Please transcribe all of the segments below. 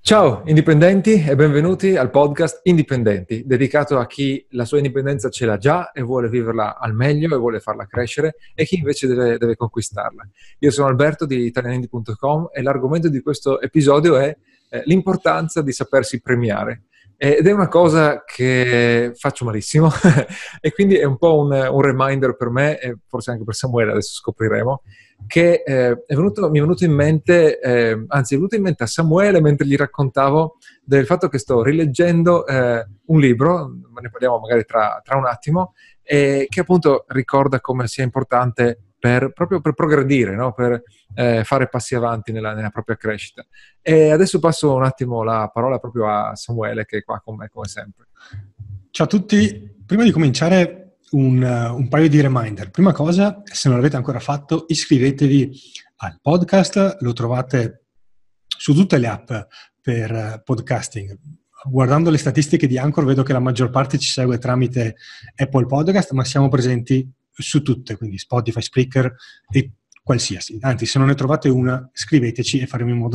Ciao indipendenti e benvenuti al podcast Indipendenti, dedicato a chi la sua indipendenza ce l'ha già e vuole viverla al meglio e vuole farla crescere e chi invece deve conquistarla. Io sono Alberto di italianindie.com e l'argomento di questo episodio è l'importanza di sapersi premiare. Ed è una cosa che faccio malissimo e quindi è un po' un reminder per me e forse anche per Samuele, adesso scopriremo, che mi è venuto in mente, anzi è venuto in mente a Samuele mentre gli raccontavo del fatto che sto rileggendo un libro, ma ne parliamo magari tra un attimo, che appunto ricorda come sia importante proprio per progredire, no? Per fare passi avanti nella propria crescita. E adesso passo un attimo la parola proprio a Samuele, che è qua con me come sempre. Ciao a tutti, prima di cominciare un paio di reminder. Prima cosa, se non l'avete ancora fatto, iscrivetevi al podcast, lo trovate su tutte le app per podcasting. Guardando le statistiche di Anchor vedo che la maggior parte ci segue tramite Apple Podcast, ma siamo presenti su tutte, quindi Spotify, Spreaker e qualsiasi. Anzi, se non ne trovate una, scriveteci e faremo in modo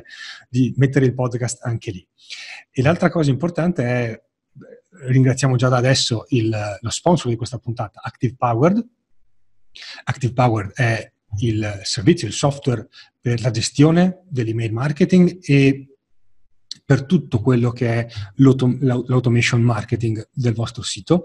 di mettere il podcast anche lì. E l'altra cosa importante è, ringraziamo già da adesso lo sponsor di questa puntata, Active Powered. Active Powered è il servizio, il software per la gestione dell'email marketing e per tutto quello che è l'automation marketing del vostro sito.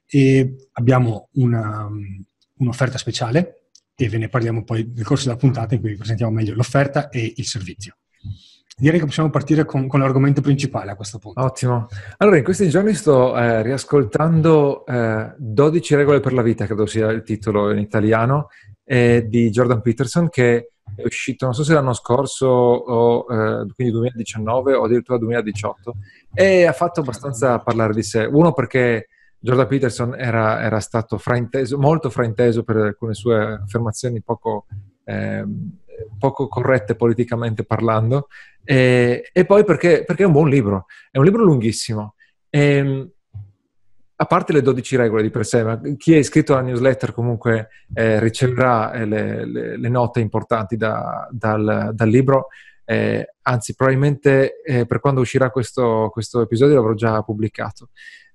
E abbiamo un'offerta speciale e ve ne parliamo poi nel corso della puntata in cui vi presentiamo meglio l'offerta e il servizio. Direi che possiamo partire con l'argomento principale a questo punto. Ottimo. Allora, in questi giorni sto riascoltando 12 regole per la vita, credo sia il titolo in italiano, di Jordan Peterson, che è uscito, non so se l'anno scorso o quindi 2019 o addirittura 2018, e ha fatto abbastanza parlare di sé. Uno, perché Jordan Peterson era stato molto frainteso per alcune sue affermazioni poco corrette politicamente parlando, e poi perché è un buon libro, è un libro lunghissimo. A parte le 12 regole di per sé, ma chi è iscritto alla newsletter comunque riceverà le note importanti dal libro, anzi probabilmente per quando uscirà questo episodio l'avrò già pubblicato.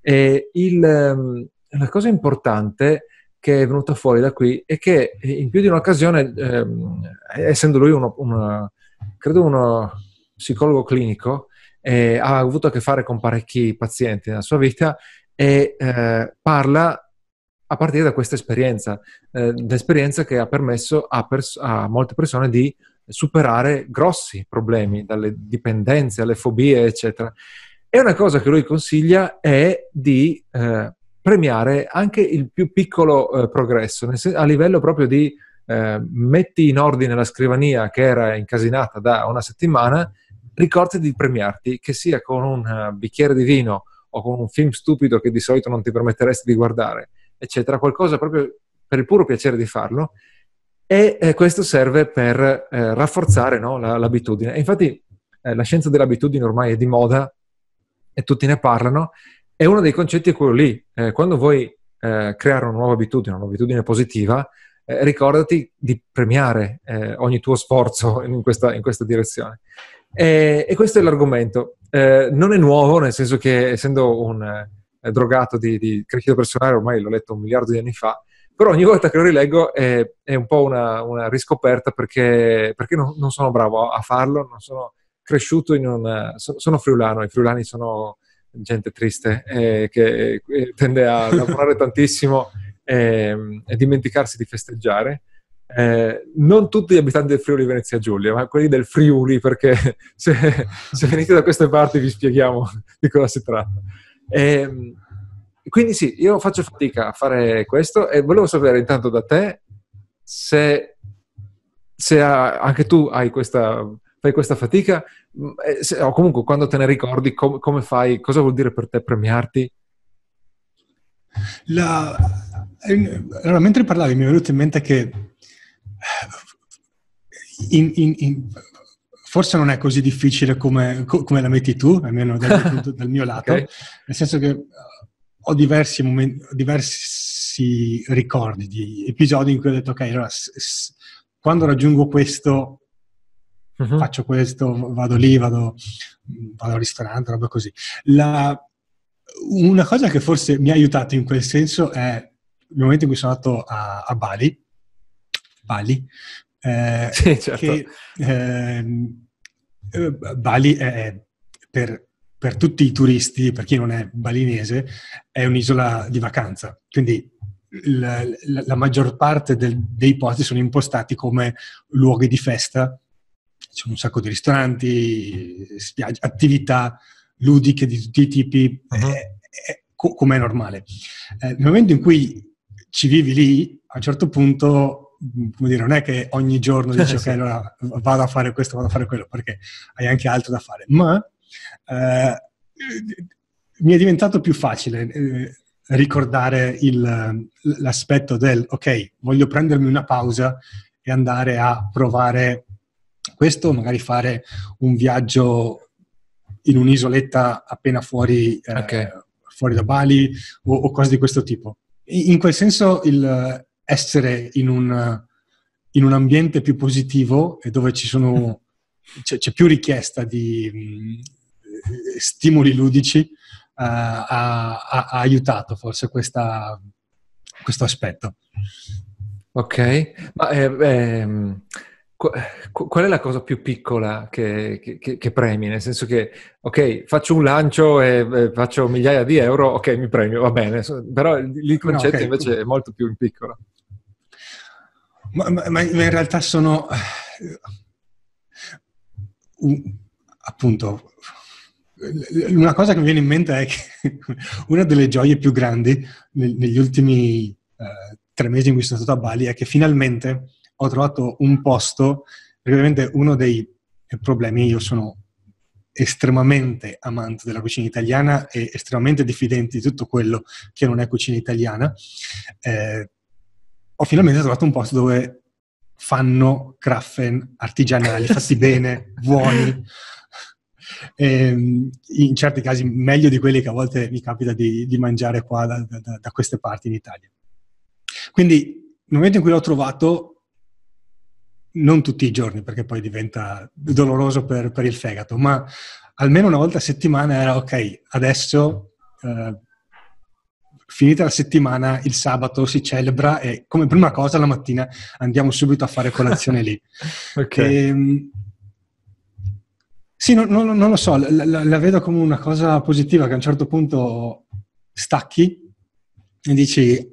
La cosa importante che è venuta fuori da qui è che in più di un'occasione, essendo lui credo uno psicologo clinico, ha avuto a che fare con parecchi pazienti nella sua vita e parla a partire da questa esperienza, l'esperienza che ha permesso a molte persone di superare grossi problemi, dalle dipendenze alle fobie, eccetera. E una cosa che lui consiglia è di premiare anche il più piccolo progresso, a livello proprio di metti in ordine la scrivania che era incasinata da una settimana, ricordati di premiarti, che sia con un bicchiere di vino o con un film stupido che di solito non ti permetteresti di guardare, eccetera, qualcosa proprio per il puro piacere di farlo, e questo serve per rafforzare, no, l'abitudine. E infatti la scienza dell'abitudine ormai è di moda e tutti ne parlano, e uno dei concetti è quello lì. Quando vuoi creare una nuova abitudine positiva, ricordati di premiare ogni tuo sforzo in questa direzione. E questo è l'argomento. Non è nuovo, nel senso che, essendo un drogato di crescita personale, ormai l'ho letto 1 miliardo di anni fa, però ogni volta che lo rileggo è un po' una riscoperta, perché non sono bravo a farlo, non sono cresciuto sono friulano. I friulani sono gente triste, che tende a lavorare tantissimo e dimenticarsi di festeggiare. Non tutti gli abitanti del Friuli Venezia Giulia, ma quelli del Friuli, perché se venite da queste parti vi spieghiamo di cosa si tratta. Quindi sì, io faccio fatica a fare questo e volevo sapere intanto da te se anche tu fai questa fatica, o comunque quando te ne ricordi come fai, cosa vuol dire per te premiarti? Allora, mentre parlavi mi è venuto in mente che forse non è così difficile come la metti tu, almeno dal mio lato, okay. Nel senso che ho diversi ricordi di episodi in cui ho detto ok, allora quando raggiungo questo faccio questo, vado lì, vado al ristorante, roba così. Una cosa che forse mi ha aiutato in quel senso è il momento in cui sono andato a Bali, Sì, certo. che Bali è per tutti i turisti, per chi non è balinese, è un'isola di vacanza. Quindi la maggior parte dei posti sono impostati come luoghi di festa. C'è un sacco di ristoranti, spiagge, attività ludiche di tutti i tipi, come è normale. Nel momento in cui ci vivi lì, a un certo punto, come dire, non è che ogni giorno dici ok, allora vado a fare questo, vado a fare quello, perché hai anche altro da fare. Ma mi è diventato più facile ricordare l'aspetto del ok, voglio prendermi una pausa e andare a provare questo, magari fare un viaggio in un'isoletta appena fuori da Bali o cose di questo tipo. In quel senso il essere in un ambiente più positivo e dove c'è più richiesta di stimoli ludici ha aiutato forse questo aspetto. Ok, ma qual è la cosa più piccola che premi? Nel senso che, ok, faccio un lancio e faccio migliaia di euro, ok, mi premio, va bene, però il concetto invece è molto più in piccolo. Ma in realtà sono appunto una cosa che mi viene in mente è che una delle gioie più grandi negli ultimi 3 mesi in cui sono stato a Bali è che finalmente ho trovato un posto, perché ovviamente uno dei problemi, io sono estremamente amante della cucina italiana e estremamente diffidente di tutto quello che non è cucina italiana. Ho finalmente trovato un posto dove fanno krafen artigianali, fatti bene, buoni, in certi casi meglio di quelli che a volte mi capita di mangiare qua da queste parti in Italia. Quindi nel momento in cui l'ho trovato, non tutti i giorni perché poi diventa doloroso per il fegato, ma almeno una volta a settimana era ok, adesso finita la settimana, il sabato si celebra e come prima cosa la mattina andiamo subito a fare colazione lì. Okay. Sì, non lo so, la vedo come una cosa positiva che a un certo punto stacchi e dici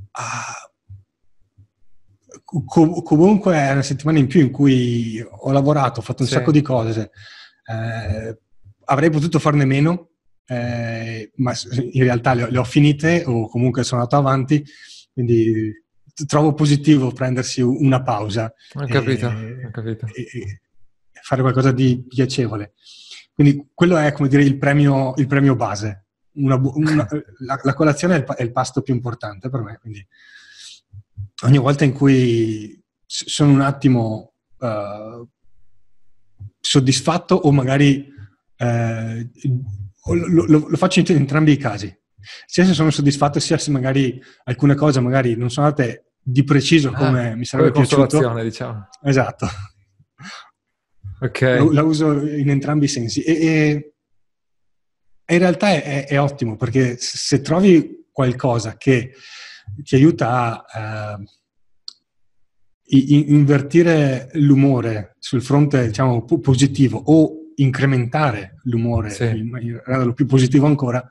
comunque è una settimana in più in cui ho lavorato, ho fatto un sacco di cose, avrei potuto farne meno, ma in realtà le ho finite o comunque sono andato avanti, quindi trovo positivo prendersi una pausa. Ho capito. E fare qualcosa di piacevole. Quindi quello è, come dire, il premio base. La colazione è il pasto più importante per me, quindi ogni volta in cui sono un attimo soddisfatto o magari lo faccio in entrambi i casi, sia se sono soddisfatto sia se magari alcune cose magari non sono andate di preciso come mi sarebbe piaciuto, diciamo. Esatto. Okay. La uso in entrambi i sensi e in realtà è ottimo perché se trovi qualcosa che ti aiuta a invertire l'umore sul fronte, diciamo, positivo o incrementare l'umore, renderlo più positivo ancora,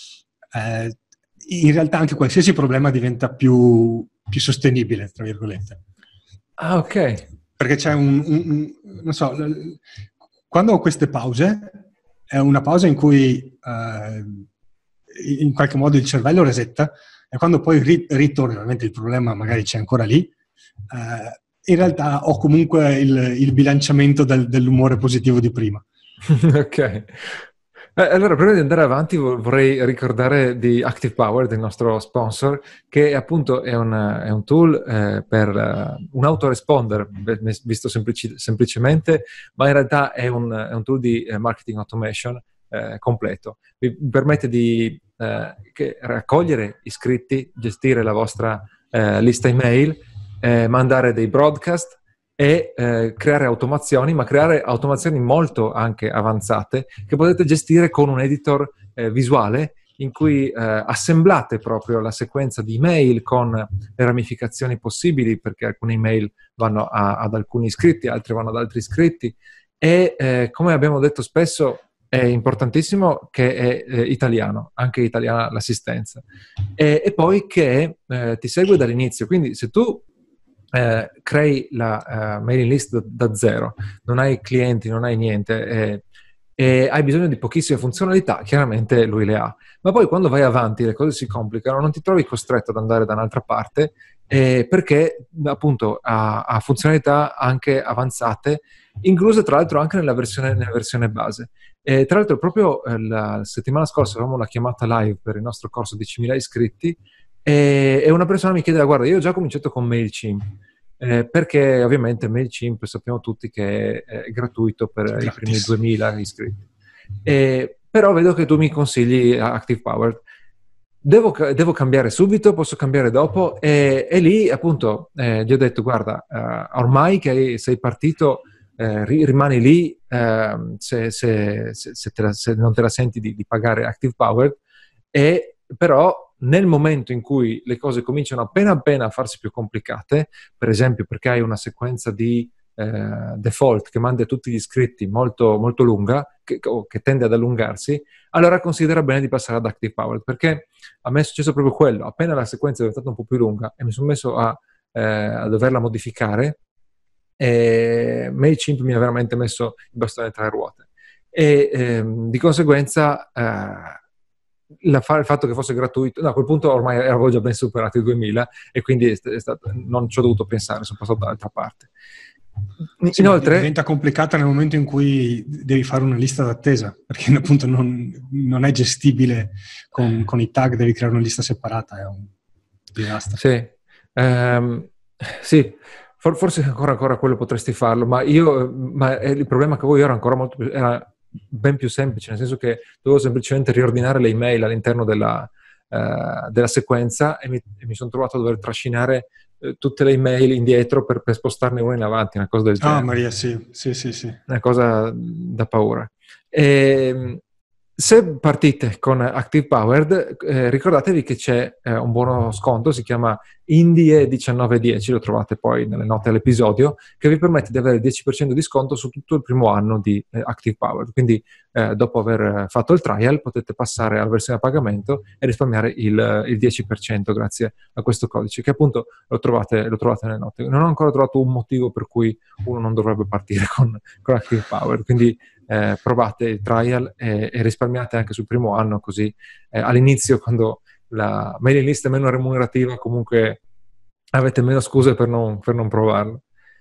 in realtà anche qualsiasi problema diventa più sostenibile, tra virgolette. Ah, ok. Perché c'è non so, quando ho queste pause, è una pausa in cui in qualche modo il cervello resetta e quando poi ritorna, ovviamente il problema magari c'è ancora lì, in realtà ho comunque il bilanciamento dell'umore positivo di prima. Ok. Allora, prima di andare avanti vorrei ricordare di Active Power, del nostro sponsor, che appunto è un tool per un autoresponder, visto semplicemente, ma in realtà è un tool di marketing automation completo. Vi permette di raccogliere iscritti, gestire la vostra lista email, mandare dei broadcast e creare automazioni, ma creare automazioni molto anche avanzate che potete gestire con un editor visuale in cui assemblate proprio la sequenza di email con le ramificazioni possibili, perché alcune email vanno ad alcuni iscritti, altre vanno ad altri iscritti, e come abbiamo detto spesso è importantissimo che è italiano, anche italiana l'assistenza, e poi che ti segue dall'inizio. Quindi se tu crei la mailing list da zero, non hai clienti, non hai niente, e hai bisogno di pochissime funzionalità, chiaramente lui le ha. Ma poi quando vai avanti le cose si complicano, non ti trovi costretto ad andare da un'altra parte, perché appunto ha funzionalità anche avanzate, incluse tra l'altro anche nella versione base. E tra l'altro proprio la settimana scorsa avevamo una chiamata live per il nostro corso 10.000 iscritti e una persona mi chiedeva: guarda, io ho già cominciato con MailChimp, perché ovviamente MailChimp sappiamo tutti che è gratuito per i primi 2.000 iscritti. Però vedo che tu mi consigli ActivePowered. Devo cambiare subito, posso cambiare dopo? E lì appunto gli ho detto: guarda, ormai che sei partito, rimani lì, se non te la senti di pagare ActivePowered, e però nel momento in cui le cose cominciano appena a farsi più complicate, per esempio perché hai una sequenza di default che manda a tutti gli iscritti molto, molto lunga, che tende ad allungarsi, allora considera bene di passare ad ActivePowered, perché a me è successo proprio quello. Appena la sequenza è diventata un po' più lunga e mi sono messo a doverla modificare, MailChimp mi ha veramente messo il bastone tra le ruote. E di conseguenza il fatto che fosse gratuito, no, a quel punto ormai avevo già ben superato i 2000 e quindi non ci ho dovuto pensare, sono passato dall'altra parte. Sì, Inoltre diventa complicata nel momento in cui devi fare una lista d'attesa, perché appunto non è gestibile con i tag, devi creare una lista separata, è un disastro. Sì, sì. Forse ancora quello potresti farlo, ma il problema che avevo io era ben più semplice, nel senso che dovevo semplicemente riordinare le email all'interno della sequenza e mi sono trovato a dover trascinare tutte le email indietro per spostarne una in avanti, una cosa del genere. Ah, Maria, sì. Una cosa da paura. Se partite con ActivePowered, ricordatevi che c'è un buono sconto, si chiama Indie 1910, lo trovate poi nelle note all'episodio, che vi permette di avere il 10% di sconto su tutto il primo anno di ActivePowered. Quindi dopo aver fatto il trial potete passare alla versione a pagamento e risparmiare il 10% grazie a questo codice, che appunto lo trovate nelle note. Non ho ancora trovato un motivo per cui uno non dovrebbe partire con ActivePowered, quindi provate il trial e risparmiate anche sul primo anno, così all'inizio, quando la mailing list è meno remunerativa, comunque avete meno scuse per non provarlo.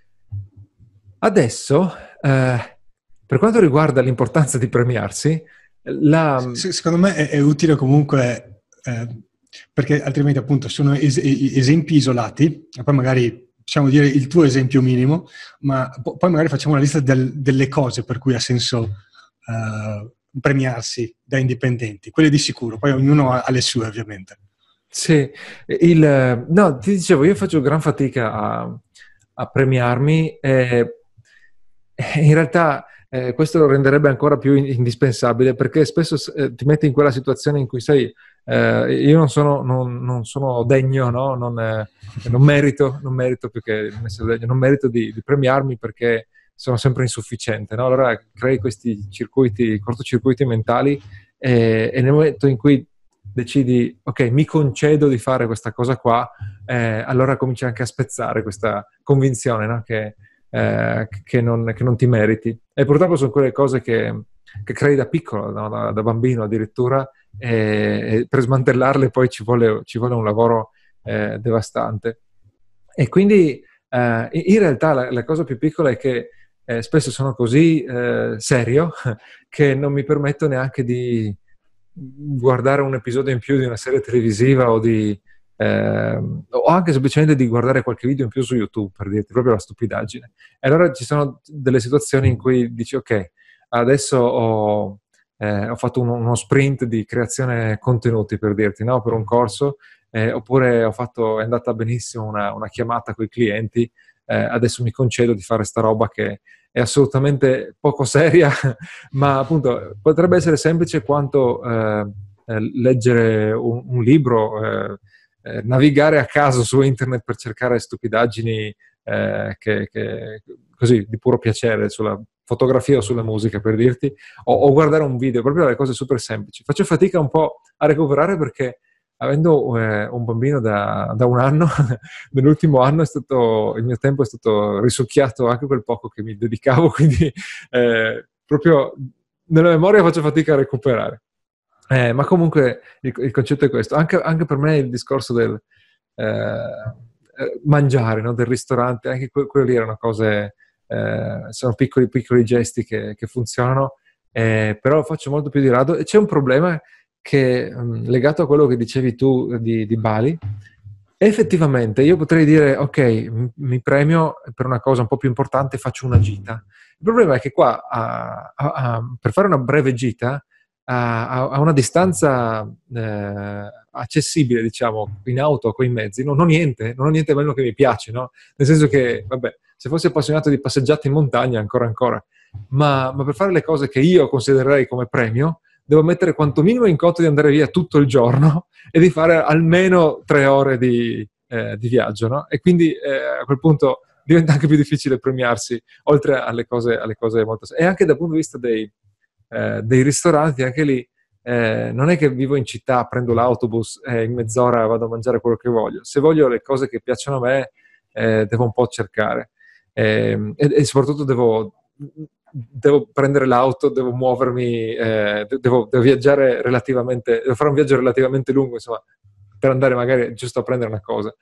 Adesso, per quanto riguarda l'importanza di premiarsi, secondo me è utile comunque, perché altrimenti appunto sono esempi isolati, e poi magari possiamo dire il tuo esempio minimo, ma poi magari facciamo una lista delle cose per cui ha senso premiarsi da indipendenti, quelle di sicuro, poi ognuno ha le sue ovviamente. Sì, no, ti dicevo, io faccio gran fatica a premiarmi, in realtà questo lo renderebbe ancora più indispensabile, perché spesso ti metti in quella situazione in cui sei, io non sono degno, no? Non merito più che non essere degno, non merito di premiarmi perché sono sempre insufficiente, no? Allora crei questi cortocircuiti mentali, e nel momento in cui decidi, ok, mi concedo di fare questa cosa qua, allora cominci anche a spezzare questa convinzione, no? Che non ti meriti. E purtroppo sono quelle cose che crei da piccolo, no? Da bambino addirittura, e per smantellarle poi ci vuole un lavoro devastante. E quindi in realtà la cosa più piccola è che spesso sono così serio che non mi permetto neanche di guardare un episodio in più di una serie televisiva o anche semplicemente di guardare qualche video in più su YouTube, per dirti proprio la stupidaggine. E allora ci sono delle situazioni in cui dici: ok, adesso ho fatto uno sprint di creazione contenuti, per dirti, no? Per un corso, oppure è andata benissimo una chiamata con i clienti, adesso mi concedo di fare sta roba che è assolutamente poco seria, ma appunto potrebbe essere semplice quanto leggere un libro, navigare a caso su internet per cercare stupidaggini così di puro piacere sulla fotografia o sulla musica, per dirti, o guardare un video, proprio le cose super semplici. Faccio fatica un po' a recuperare perché avendo un bambino da un anno, nell'ultimo anno il mio tempo è stato risucchiato anche quel poco che mi dedicavo, quindi proprio nella memoria faccio fatica a recuperare. Ma comunque il concetto è questo. Anche per me il discorso del mangiare, no? Del ristorante, anche quello lì erano cose, sono piccoli gesti che funzionano, però lo faccio molto più di rado. E c'è un problema che legato a quello che dicevi tu di Bali. Effettivamente io potrei dire ok, mi premio per una cosa un po' più importante, faccio una gita. Il problema è che qua per fare una breve gita a una distanza accessibile, diciamo, in auto o con i mezzi, non ho niente bello che mi piace, no? Nel senso che, vabbè, se fossi appassionato di passeggiate in montagna, ancora, ma per fare le cose che io considererei come premio, devo mettere quanto minimo in conto di andare via tutto il giorno e di fare almeno 3 ore di viaggio, no? E quindi a quel punto diventa anche più difficile premiarsi, oltre alle cose molto... E anche dal punto di vista dei ristoranti, anche lì non è che vivo in città, prendo l'autobus e in mezz'ora vado a mangiare quello che voglio. Se voglio le cose che piacciono a me, devo un po' cercare. E soprattutto devo prendere l'auto, devo muovermi, devo viaggiare devo fare un viaggio relativamente lungo, insomma, per andare magari giusto a prendere una cosa.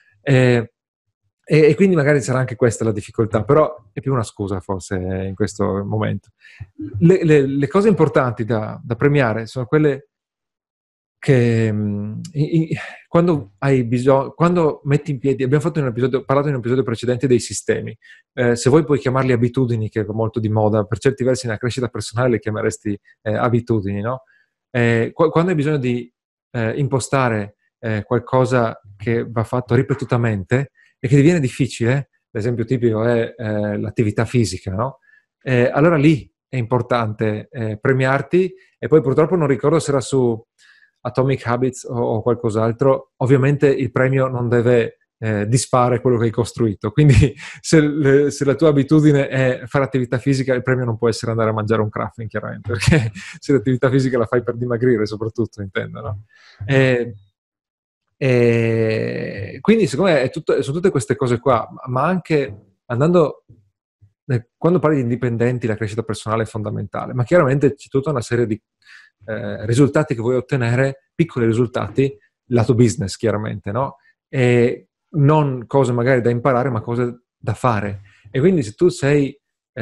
E quindi magari sarà anche questa la difficoltà, però è più una scusa forse in questo momento. Le cose importanti da premiare sono quelle che quando hai bisogno, quando metti in piedi, abbiamo parlato in un episodio precedente dei sistemi, se vuoi puoi chiamarli abitudini, che è molto di moda, per certi versi nella crescita personale le chiameresti abitudini, no? Quando hai bisogno di impostare qualcosa che va fatto ripetutamente e che diviene difficile, l'esempio tipico è l'attività fisica, no? Allora lì è importante premiarti, e poi purtroppo non ricordo se era su Atomic Habits o qualcos'altro. Ovviamente il premio non deve disfare quello che hai costruito, quindi se la tua abitudine è fare attività fisica, il premio non può essere andare a mangiare un Krafen, chiaramente, perché se l'attività fisica la fai per dimagrire, soprattutto, intendo, no? Quindi secondo me sono tutte queste cose qua, ma anche quando parli di indipendenti la crescita personale è fondamentale, ma chiaramente c'è tutta una serie di risultati che vuoi ottenere, piccoli risultati, lato business chiaramente, no? E non cose magari da imparare, ma cose da fare. E quindi se tu sai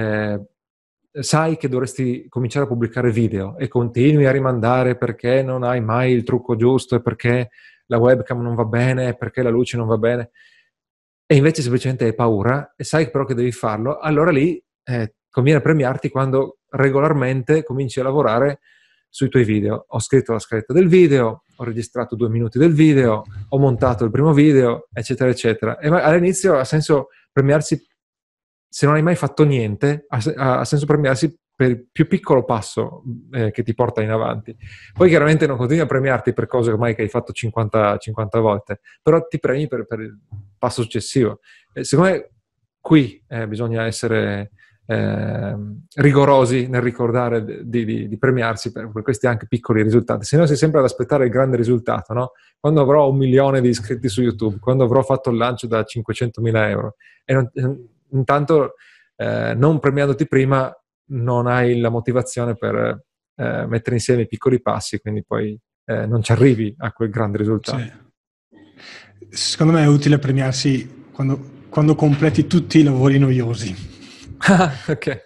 che dovresti cominciare a pubblicare video e continui a rimandare perché non hai mai il trucco giusto e perché la webcam non va bene, perché la luce non va bene, e invece semplicemente hai paura e sai però che devi farlo, allora lì conviene premiarti quando regolarmente cominci a lavorare sui tuoi video. Ho scritto la scaletta del video, ho registrato 2 minuti del video, ho montato il primo video, eccetera, eccetera. E all'inizio ha senso premiarsi, se non hai mai fatto niente, ha senso premiarsi per il più piccolo passo che ti porta in avanti. Poi chiaramente non continui a premiarti per cose ormai che hai fatto 50 volte, però ti premi per il passo successivo. Secondo me qui bisogna essere rigorosi nel ricordare di premiarsi per questi anche piccoli risultati, se no sei sempre ad aspettare il grande risultato, no? Quando avrò 1 milione di iscritti su YouTube, quando avrò fatto il lancio da 500.000 euro, e intanto non premiandoti prima non hai la motivazione per mettere insieme i piccoli passi, quindi poi non ci arrivi a quel grande risultato. Sì. Secondo me è utile premiarsi quando completi tutti i lavori noiosi. Ok.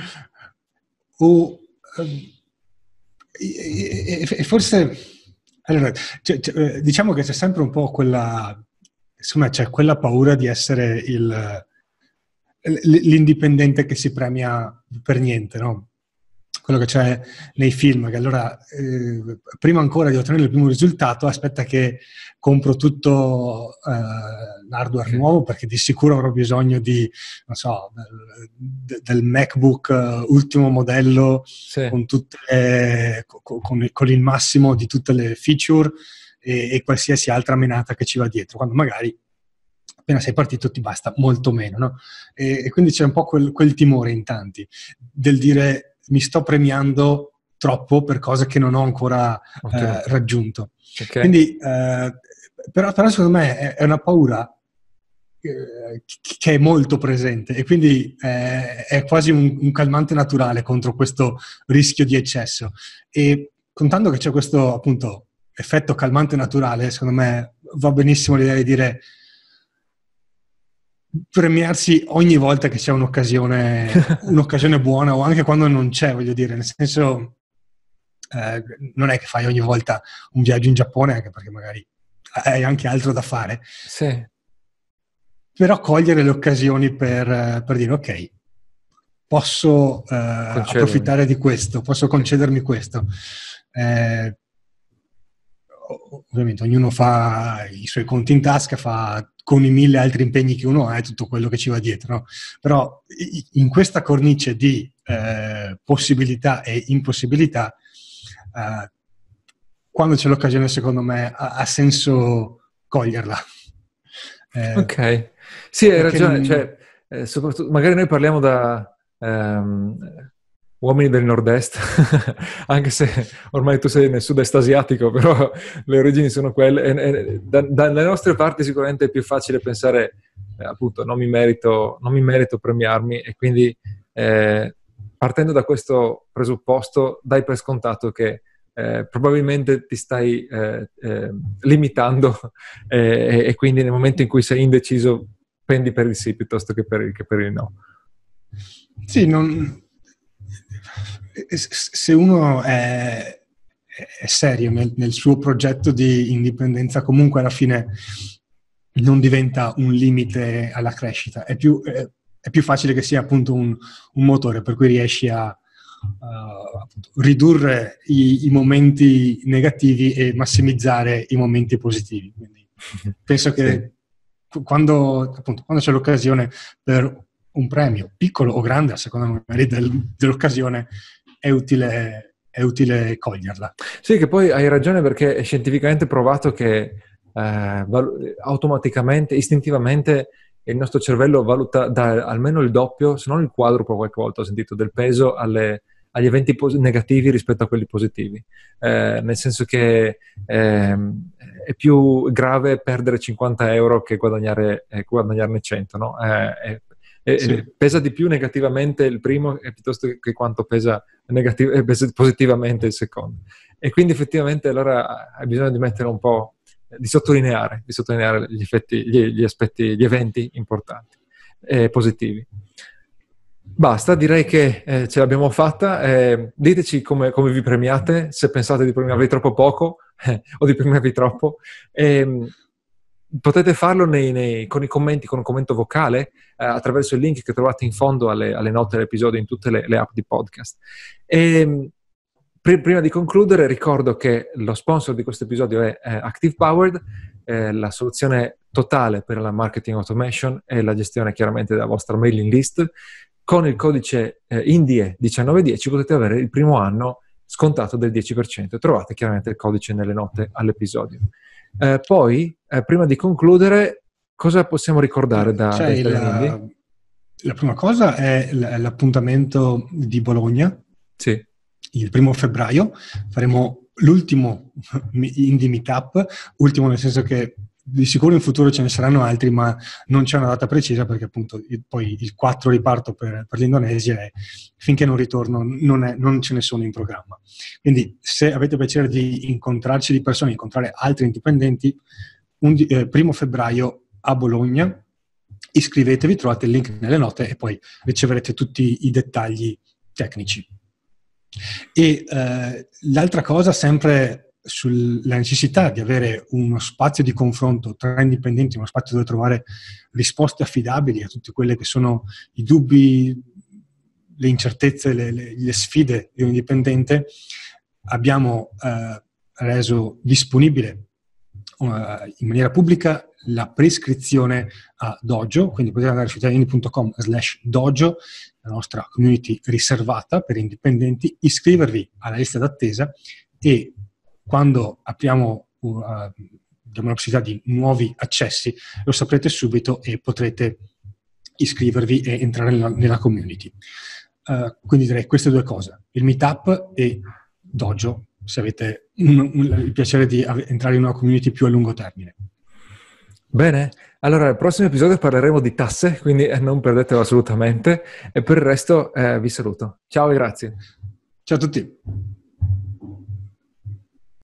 E forse allora, diciamo che c'è sempre un po' quella, insomma, c'è quella paura di essere l'indipendente che si premia per niente, no? quello che c'è nei film, che allora prima ancora di ottenere il primo risultato aspetta che compro tutto l'hardware nuovo, perché di sicuro avrò bisogno di, non so, del MacBook ultimo modello, Sì. con il massimo di tutte le feature e qualsiasi altra menata che ci va dietro, quando magari appena sei partito ti basta molto meno, no? E quindi c'è un po' quel timore in tanti del dire mi sto premiando troppo per cose che non ho ancora raggiunto. Okay. Quindi, però secondo me è una paura che è molto presente e quindi è quasi un calmante naturale contro questo rischio di eccesso. E contando che c'è questo appunto effetto calmante naturale, secondo me va benissimo l'idea di dire premiarsi ogni volta che c'è un'occasione buona, o anche quando non c'è, voglio dire, nel senso non è che fai ogni volta un viaggio in Giappone, anche perché magari hai anche altro da fare. Sì. Però cogliere le occasioni per dire ok, posso approfittare di questo, posso concedermi questo. Ovviamente ognuno fa i suoi conti in tasca, fa con i 1000 altri impegni che uno ha e tutto quello che ci va dietro, no? Però in questa cornice di possibilità e impossibilità, quando c'è l'occasione, secondo me ha senso coglierla. Ok, sì, hai ragione, cioè, soprattutto, magari noi parliamo da uomini del nord-est, anche se ormai tu sei nel sud-est asiatico, però le origini sono quelle, e dalle nostre parti sicuramente è più facile pensare, appunto, non mi merito premiarmi, e quindi partendo da questo presupposto dai per scontato che probabilmente ti stai limitando e quindi nel momento in cui sei indeciso pendi per il sì piuttosto che per il no. Sì, se uno è serio nel suo progetto di indipendenza, comunque alla fine non diventa un limite alla crescita, è più facile che sia appunto un motore per cui riesci a appunto, ridurre i momenti negativi e massimizzare i momenti positivi. Quindi penso che quando c'è l'occasione per un premio, piccolo o grande, a seconda magari dell'occasione, è utile coglierla. Sì, che poi hai ragione, perché è scientificamente provato che automaticamente, istintivamente, il nostro cervello valuta da almeno il doppio, se non il quadruplo, qualche volta ho sentito, del peso agli eventi negativi rispetto a quelli positivi. Nel senso che è più grave perdere 50 euro che guadagnarne 100, no? Sì. Pesa di più negativamente il primo piuttosto che quanto pesa positivamente il secondo. E quindi effettivamente allora hai bisogno di mettere un po', di sottolineare gli effetti, gli aspetti, gli eventi importanti e positivi. Basta, direi che ce l'abbiamo fatta. Diteci come vi premiate, se pensate di premiarvi troppo poco o di premiarvi troppo. Potete farlo con i commenti, con un commento vocale, attraverso il link che trovate in fondo alle note dell'episodio in tutte le app di podcast. Prima di concludere, ricordo che lo sponsor di questo episodio è Active Powered, la soluzione totale per la marketing automation e la gestione chiaramente della vostra mailing list. Con il codice INDIE1910 potete avere il primo anno scontato del 10%. Trovate chiaramente il codice nelle note all'episodio. Poi, prima di concludere, cosa possiamo ricordare da Indie? La prima cosa è l'appuntamento di Bologna. Sì. Il 1 febbraio faremo l'ultimo Indie Meetup, ultimo nel senso che di sicuro in futuro ce ne saranno altri, ma non c'è una data precisa perché appunto poi il 4 riparto per l'Indonesia e finché non ritorno non ce ne sono in programma. Quindi se avete piacere di incontrarci di persona, incontrare altri indipendenti, 1 febbraio a Bologna, iscrivetevi, trovate il link nelle note e poi riceverete tutti i dettagli tecnici. E l'altra cosa, sempre sulla necessità di avere uno spazio di confronto tra indipendenti, uno spazio dove trovare risposte affidabili a tutti quelli che sono i dubbi le incertezze, le sfide di un dipendente, abbiamo reso disponibile in maniera pubblica la prescrizione a Dojo, quindi potete andare su italiani.com/dojo, la nostra community riservata per indipendenti, iscrivervi alla lista d'attesa e quando diamo la possibilità di nuovi accessi lo saprete subito e potrete iscrivervi e entrare nella community. Quindi direi queste due cose, il meetup e Dojo, se avete il piacere di entrare in una community più a lungo termine. Bene, allora nel prossimo episodio parleremo di tasse, quindi non perdetelo assolutamente, e per il resto vi saluto. Ciao e grazie. Ciao a tutti.